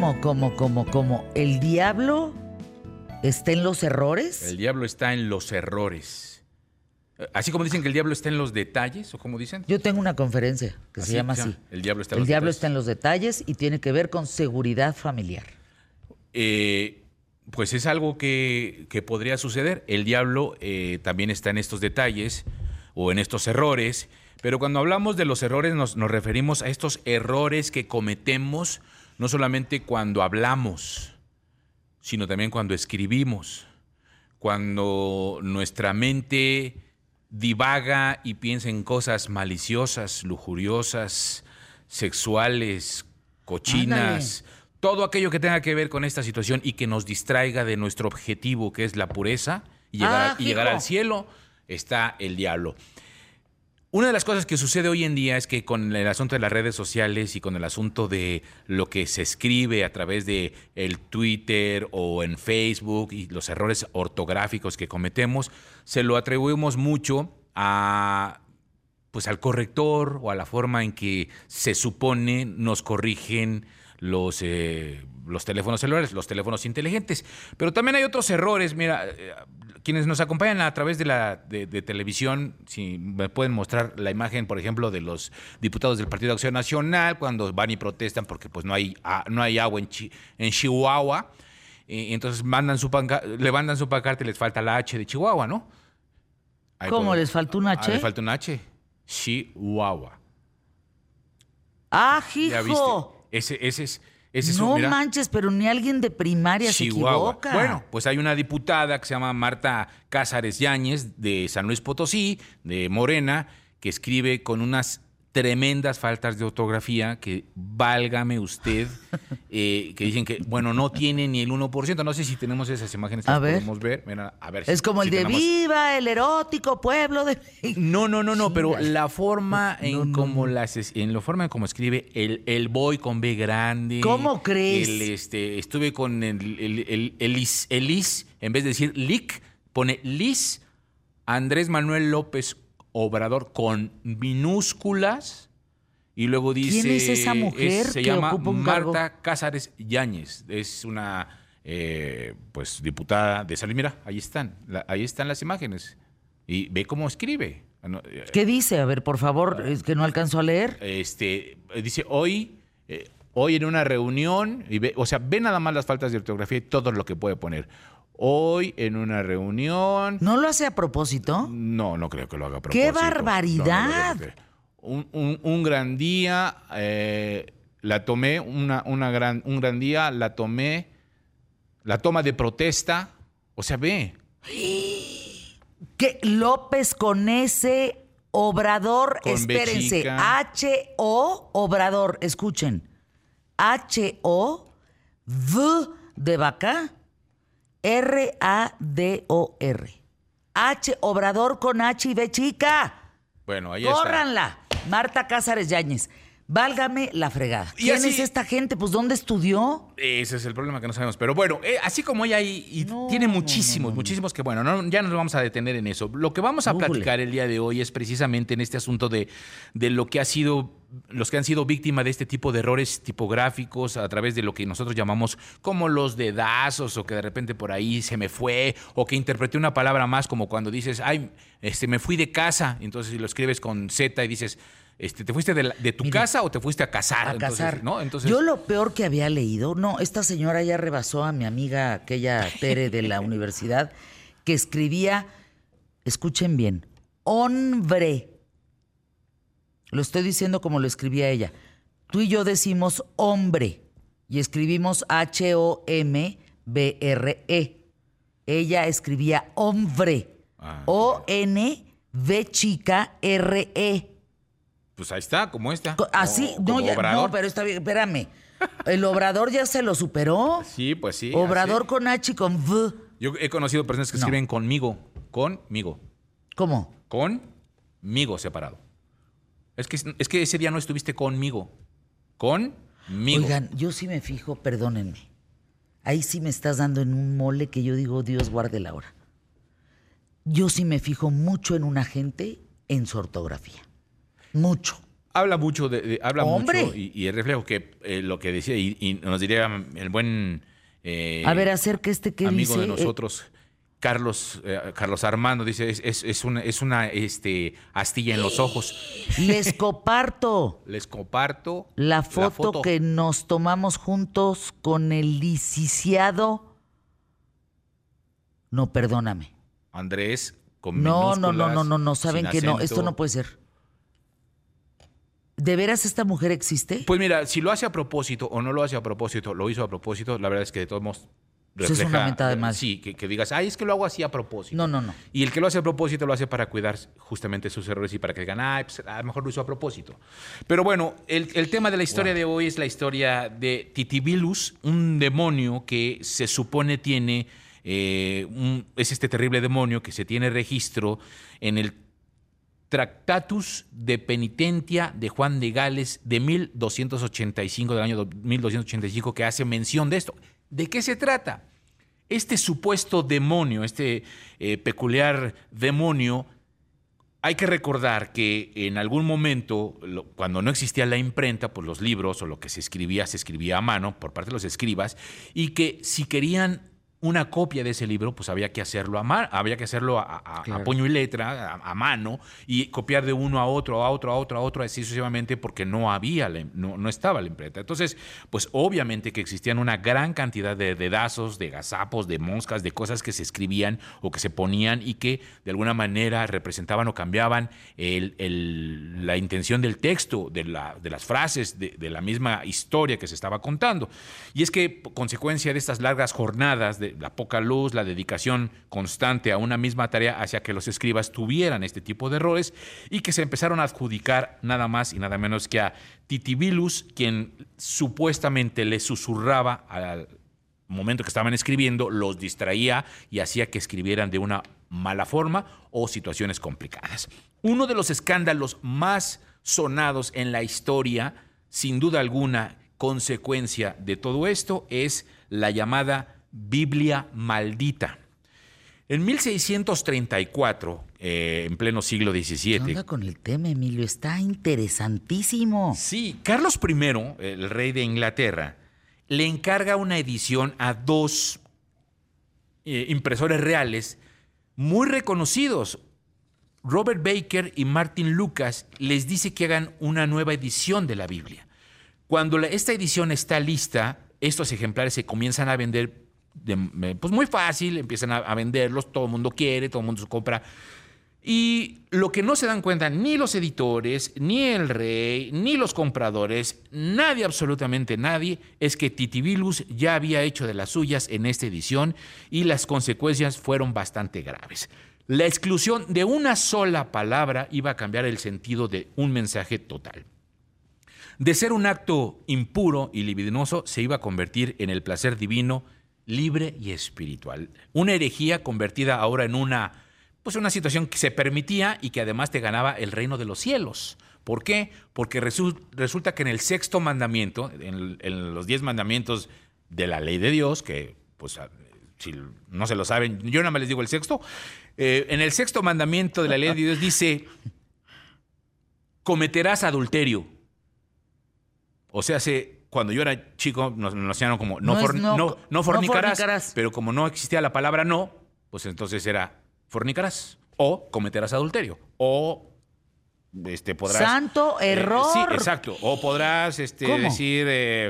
¿Cómo? ¿El diablo está en los errores? El diablo está en los errores. Así como dicen que el diablo está en los detalles, ¿o cómo dicen? Yo tengo una conferencia que se llama así. El diablo está en El los diablo detalles. está en los detalles y tiene que ver con seguridad familiar. Pues es algo que podría suceder. El diablo también está en estos detalles o en estos errores. Pero cuando hablamos de los errores nos referimos a estos errores que cometemos no solamente cuando hablamos, sino también cuando escribimos, cuando nuestra mente divaga y piensa en cosas maliciosas, lujuriosas, sexuales, cochinas, todo aquello que tenga que ver con esta situación y que nos distraiga de nuestro objetivo, que es la pureza, y llegar al cielo, está el diablo. Una de las cosas que sucede hoy en día es que con el asunto de las redes sociales y con el asunto de lo que se escribe a través de el Twitter o en Facebook y los errores ortográficos que cometemos, se lo atribuimos mucho al corrector o a la forma en que se supone nos corrigen los teléfonos celulares, los teléfonos inteligentes. Pero también hay otros errores. Mira, quienes nos acompañan a través de televisión, si me pueden mostrar la imagen, por ejemplo, de los diputados del Partido de Acción Nacional cuando van y protestan porque pues no hay agua en Chihuahua. Entonces levantan su pancarta y les falta la H de Chihuahua, ¿no? ¿Cómo? ¿Les faltó un H? Les falta un H. Chihuahua. ¡Ah, ¿Ya viste? hijo! Ese es no manches, pero ni alguien de primaria Chihuahua. se equivoca. Bueno, pues hay una diputada que se llama Marta Cázares Yáñez, de San Luis Potosí, de Morena, que escribe con unas tremendas faltas de ortografía que, válgame usted, que dicen que, bueno, no tiene ni el 1%. No sé si tenemos esas imágenes, las podemos ver. Mira, a ver es como el de tenemos... ¡Viva el erótico pueblo de... No, pero la forma en cómo como escribe el boy con B grande. ¿Cómo crees? Estuve con el Elis, en vez de decir Lic, pone Lis, Andrés Manuel López Obrador con minúsculas, y luego dice... ¿Quién es esa mujer se que llama ocupa un cargo? Marta Cázares Yáñez. Es una diputada de San Luis. Mira, ahí están las imágenes. Y ve cómo escribe. ¿Qué dice? A ver, por favor, es que no alcanzo a leer. Dice, hoy en una reunión, y ve nada más las faltas de ortografía y todo lo que puede poner. Hoy en una reunión... ¿No lo hace a propósito? No creo que lo haga a propósito. ¡Qué barbaridad! Un gran día, la tomé, un gran día, la tomé, la toma de protesta, ve. ¿Qué? López con S, Obrador, con espérense, H-O, Obrador, escuchen, H-O, V de vaca, R-A-D-O-R. H, Obrador con H y B chica. Bueno, ahí ¡Córranla! Marta Cázares Yáñez. Válgame la fregada. ¿Quién es esta gente? Pues, ¿dónde estudió? Ese es el problema, que no sabemos. Pero bueno, así como ella tiene muchísimos que, bueno, ya nos vamos a detener en eso. Lo que vamos a platicar el día de hoy es precisamente en este asunto de lo que ha sido, los que han sido víctimas de este tipo de errores tipográficos a través de lo que nosotros llamamos como los dedazos, o que de repente por ahí se me fue, o que interpreté una palabra más, como cuando dices, me fui de casa, entonces lo escribes con Z y dices... ¿te fuiste de tu casa o te fuiste a casar? A casar. ¿no? Entonces, yo lo peor que había leído, esta señora ya rebasó a mi amiga, aquella Tere de la universidad, que escribía, escuchen bien, hombre. Lo estoy diciendo como lo escribía ella. Tú y yo decimos hombre y escribimos H-O-M-B-R-E. Ella escribía hombre. O-N-V chica R-E. Pues ahí está, como esta. Así, no, pero está bien, espérame. El Obrador ya se lo superó. Sí, pues sí. Obrador con H y con V. Yo he conocido personas que escriben conmigo. ¿Cómo? Conmigo separado. Es que ese día no estuviste conmigo. Conmigo. Oigan, yo sí me fijo, perdónenme. Ahí sí me estás dando en un mole que yo digo, Dios guarde la hora. Yo sí me fijo mucho en una gente en su ortografía. Mucho. Habla mucho, habla ¡Hombre! mucho y el reflejo que lo que decía, y nos diría el buen A ver, acerca ¿qué amigo dice? de nosotros, Carlos Armando, dice, es una astilla en los ojos. Les comparto Les comparto la foto que nos tomamos juntos con el licenciado. No, perdóname. Andrés con No, minúsculas, no, saben sin que no, acento. esto no puede ser. ¿De veras esta mujer existe? Pues mira, si lo hace a propósito o no lo hace a propósito, lo hizo a propósito, la verdad es que de todos modos Pues refleja, es una mentada de madre. sí, que digas, ay, es que lo hago así a propósito. No. Y el que lo hace a propósito lo hace para cuidar justamente sus errores y para que digan, ay, pues a lo mejor lo hizo a propósito. Pero bueno, el tema de la historia de hoy es la historia de Titibilus, un demonio que se supone tiene, es este terrible demonio que se tiene registro en el Tractatus de Penitentia de Juan de Gales de 1285, del año 1285, que hace mención de esto. ¿De qué se trata? Este supuesto demonio, este peculiar demonio, hay que recordar que en algún momento, cuando no existía la imprenta, pues los libros o lo que se escribía a mano por parte de los escribas, y que si querían una copia de ese libro, pues había que hacerlo había que hacerlo a puño y letra, a mano, y copiar de uno a otro, así sucesivamente, porque no había, no estaba la imprenta. Entonces, pues obviamente que existían una gran cantidad de dedazos, de gazapos, de moscas, de cosas que se escribían o que se ponían y que de alguna manera representaban o cambiaban la intención del texto, de las frases, de la misma historia que se estaba contando. Y es que, consecuencia de estas largas jornadas de la poca luz, la dedicación constante a una misma tarea, hacía que los escribas tuvieran este tipo de errores y que se empezaron a adjudicar nada más y nada menos que a Titibilus, quien supuestamente le susurraba al momento que estaban escribiendo, los distraía y hacía que escribieran de una mala forma o situaciones complicadas. Uno de los escándalos más sonados en la historia, sin duda alguna, consecuencia de todo esto, es la llamada Biblia maldita. En 1634, en pleno siglo XVII... ¿Qué onda con el tema, Emilio? Está interesantísimo. Sí, Carlos I, el rey de Inglaterra, le encarga una edición a dos impresores reales muy reconocidos. Robert Baker y Martin Lucas les dice que hagan una nueva edición de la Biblia. Cuando esta edición está lista, estos ejemplares se comienzan a vender pues muy fácil, empiezan a venderlos, todo el mundo quiere, todo el mundo se compra. Y lo que no se dan cuenta ni los editores, ni el rey, ni los compradores, nadie, absolutamente nadie, es que Titibilus ya había hecho de las suyas en esta edición y las consecuencias fueron bastante graves. La exclusión de una sola palabra iba a cambiar el sentido de un mensaje total. De ser un acto impuro y libidinoso, se iba a convertir en el placer divino, libre y espiritual. Una herejía convertida ahora en una situación que se permitía y que además te ganaba el reino de los cielos. ¿Por qué? Porque resulta que en el sexto mandamiento, en los 10 mandamientos de la ley de Dios, que pues si no se lo saben, yo nada más les digo el sexto, en el sexto mandamiento de la ley de Dios dice, cometerás adulterio. O sea, cuando yo era chico nos enseñaron como no fornicarás, pero como no existía la palabra no, pues entonces era fornicarás o cometerás adulterio o podrás... ¡Santo error! Sí, exacto. O podrás decir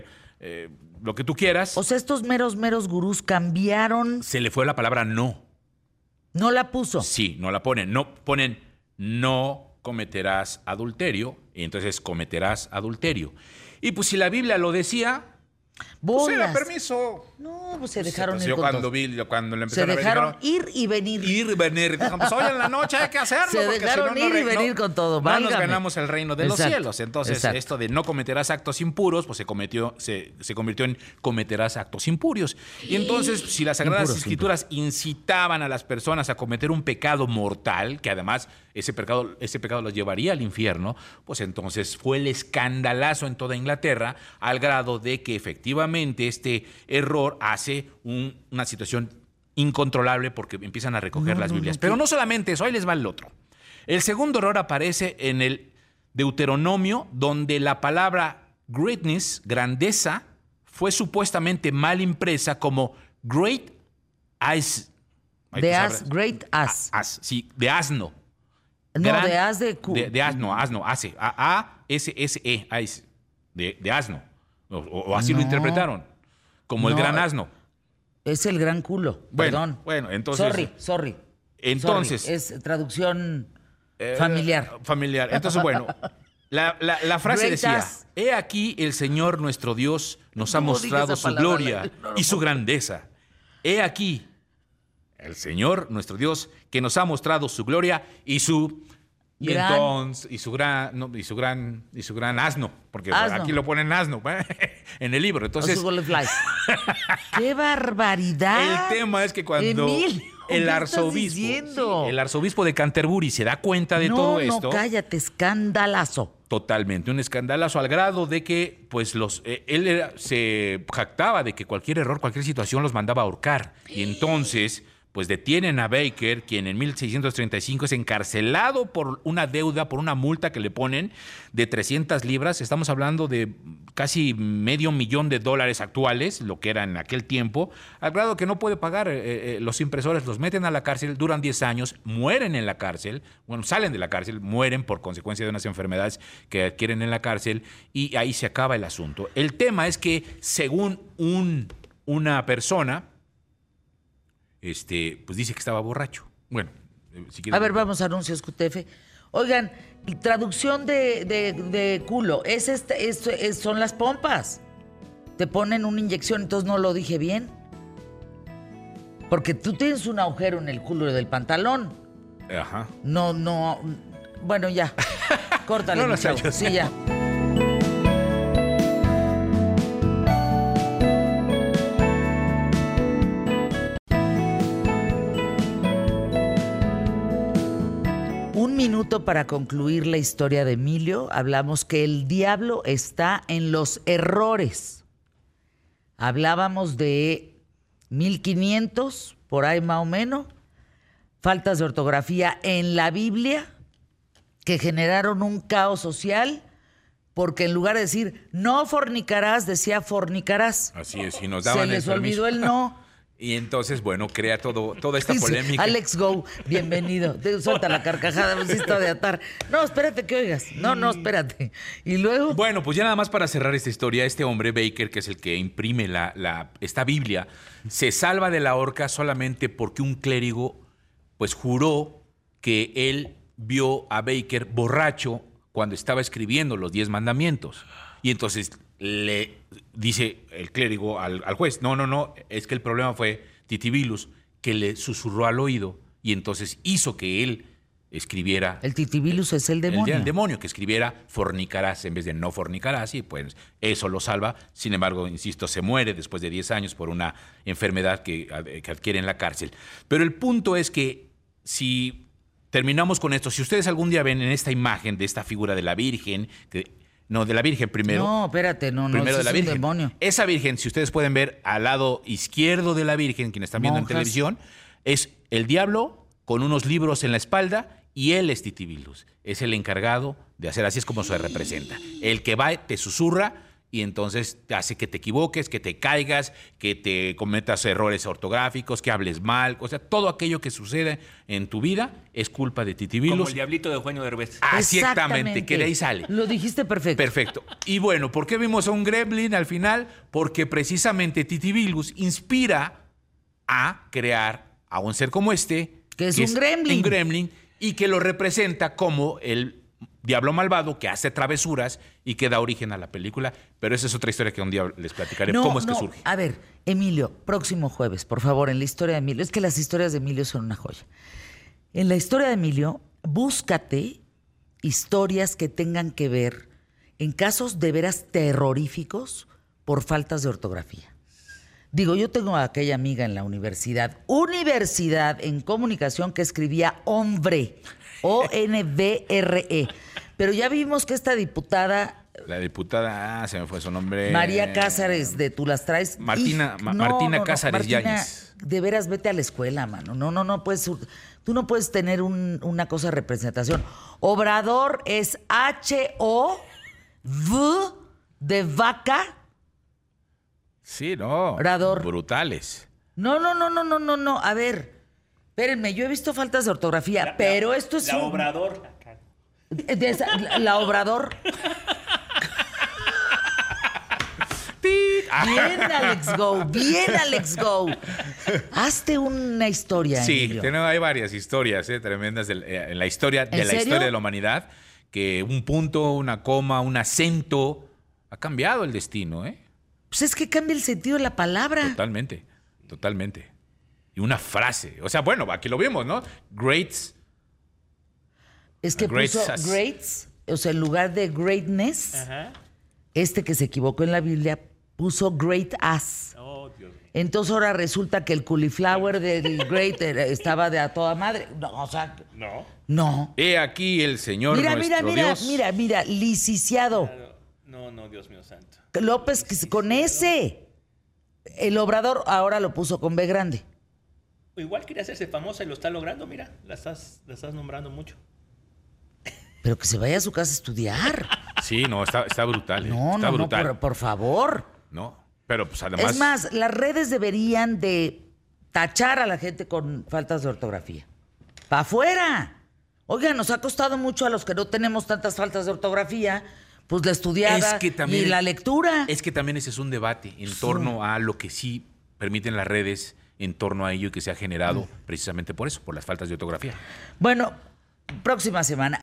lo que tú quieras. O sea, estos meros gurús cambiaron... Se le fue la palabra no. ¿No la puso? Sí, no la ponen. No ponen no cometerás adulterio y entonces cometerás adulterio. Y pues si la Biblia lo decía, pues era permiso. No, pues se dejaron ir yo con cuando todo. cuando le empezaron Se a ver, dejaron ir y venir. Ir y venir. Dijeron, pues hoy en la noche hay que hacerlo. Se porque dejaron si no, ir y venir con todo. No nos Válgame. ganamos el reino de los cielos. Entonces, esto de no cometerás actos impuros, pues se convirtió en cometerás actos impurios. Y entonces, si las Sagradas Escrituras incitaban a las personas a cometer un pecado mortal, que además ese pecado los llevaría al infierno, pues entonces fue el escandalazo en toda Inglaterra, al grado de que efectivamente este error hace una situación incontrolable porque empiezan a recoger las Biblias. Pero no solamente eso, ahí les va el otro. El segundo error aparece en el Deuteronomio, donde la palabra greatness, grandeza, fue supuestamente mal impresa como great as. Great as. Sí, de asno. No, de as de de asno, ase. A-S-S-E, de asno. O así lo interpretaron, como el gran asno. Es el gran culo, perdón. Bueno, entonces... Sorry. Entonces... Es traducción familiar. Familiar. Entonces, bueno, la frase decía, he aquí el Señor nuestro Dios nos ha mostrado su gloria y su grandeza. He aquí el Señor nuestro Dios que nos ha mostrado su gloria y su... Y su gran asno, porque aquí lo ponen asno en el libro. Entonces, ¡qué barbaridad! El tema es que cuando Emilio, el arzobispo de Canterbury se da cuenta de todo esto. No, cállate, escandalazo. Totalmente, un escandalazo al grado de que, pues, se jactaba de que cualquier error, cualquier situación los mandaba a ahorcar. Y entonces, pues detienen a Baker, quien en 1635 es encarcelado por una deuda, por una multa que le ponen de 300 libras. Estamos hablando de casi $500,000 actuales, lo que era en aquel tiempo, al grado que no puede pagar. Los impresores los meten a la cárcel, duran 10 años, mueren en la cárcel, salen de la cárcel, mueren por consecuencia de unas enfermedades que adquieren en la cárcel y ahí se acaba el asunto. El tema es que, según una persona, pues dice que estaba borracho. Bueno, si quieres... A ver, vamos a anuncios QTF. Oigan, traducción de culo. Son las pompas. Te ponen una inyección, entonces no lo dije bien. Porque tú tienes un agujero en el culo del pantalón. Ajá. No. Bueno, ya. Córtale, mi chavo. Sí, ya. Un minuto para concluir la historia de Emilio. Hablamos que el diablo está en los errores. Hablábamos de 1500, por ahí más o menos, faltas de ortografía en la Biblia que generaron un caos social porque en lugar de decir no fornicarás, decía fornicarás. Así es, y nos daban Se les olvidó el no. Y entonces, bueno, crea toda esta polémica. Alex Go, bienvenido. Suelta la carcajada, me hiciste de atar. No, espérate que oigas. No, espérate. Y luego... Bueno, pues ya nada más para cerrar esta historia, este hombre, Baker, que es el que imprime esta Biblia, se salva de la horca solamente porque un clérigo, pues, juró que él vio a Baker borracho cuando estaba escribiendo los 10 mandamientos. Y entonces le dice el clérigo al juez, no, es que el problema fue Titibilus, que le susurró al oído y entonces hizo que él escribiera... El Titibilus es el demonio. El demonio, que escribiera fornicarás en vez de no fornicarás, y pues eso lo salva. Sin embargo, insisto, se muere después de 10 años por una enfermedad que adquiere en la cárcel. Pero el punto es que si terminamos con esto, si ustedes algún día ven en esta imagen de esta figura de la Virgen... No, de la Virgen primero. No, espérate, no, primero de la Virgen. Es un demonio. Esa Virgen, si ustedes pueden ver al lado izquierdo de la Virgen, quienes están viendo en televisión, es el diablo con unos libros en la espalda y él es Titibilus. Es el encargado de hacer, así es como se representa. El que va, te susurra y entonces te hace que te equivoques, que te caigas, que te cometas errores ortográficos, que hables mal. O sea, todo aquello que sucede en tu vida es culpa de Titibilus. Como el diablito de Eugenio Derbez. Exactamente, que de ahí sale. Lo dijiste perfecto. Perfecto. Y bueno, ¿por qué vimos a un gremlin al final? Porque precisamente Titibilus inspira a crear a un ser como este. Que es un gremlin. Un gremlin y que lo representa como el diablo malvado que hace travesuras y que da origen a la película. Pero esa es otra historia que un día les platicaré cómo es que surge. A ver, Emilio, próximo jueves, por favor, en la historia de Emilio. Es que las historias de Emilio son una joya. En la historia de Emilio, búscate historias que tengan que ver en casos de veras terroríficos por faltas de ortografía. Digo, yo tengo a aquella amiga en la universidad en comunicación que escribía hombre, O-N-V-R-E. Pero ya vimos que esta diputada... La diputada, se me fue su nombre. María Cázares, de Tú las traes. Martina Cázares Yáñez. De veras, vete a la escuela, mano. No puedes Tú no puedes tener una cosa de representación. Obrador es H-O-V de vaca. Sí, no. Obrador. Brutales. No. A ver, espérenme, yo he visto faltas de ortografía, pero esto es La Obrador. La Obrador. Bien, Alex Go. Hazte una historia, Sí, Emilio. hay varias historias tremendas en la historia de ¿En la serio? historia de la humanidad, que un punto, una coma, un acento ha cambiado el destino, ¿eh? Pues es que cambia el sentido de la palabra. Totalmente. Y una frase. O sea, bueno, aquí lo vimos, ¿no? Greats. Es que Great puso sus. greats, o sea, en lugar de greatness, Ajá. este que se equivocó en la Biblia puso great ass. Oh, Dios mío. Entonces ahora resulta que el cauliflower del great estaba de a toda madre. No, o sea, No. no. He aquí el Señor Mira, nuestro Dios. mira, licenciado. No, Dios mío santo. López que con ese. El Obrador ahora lo puso con B grande. Igual quería hacerse famosa y lo está logrando, mira. La estás nombrando mucho. Pero que se vaya a su casa a estudiar. Sí, no, está brutal. No, está brutal. por favor. No, pero pues además... Es más, las redes deberían de tachar a la gente con faltas de ortografía. ¡Pa' afuera! Oiga, nos ha costado mucho a los que no tenemos tantas faltas de ortografía, pues la estudiada y la lectura. Es que también ese es un debate en torno a lo que sí permiten las redes, en torno a ello y que se ha generado precisamente por eso, por las faltas de ortografía. Bueno, próxima semana.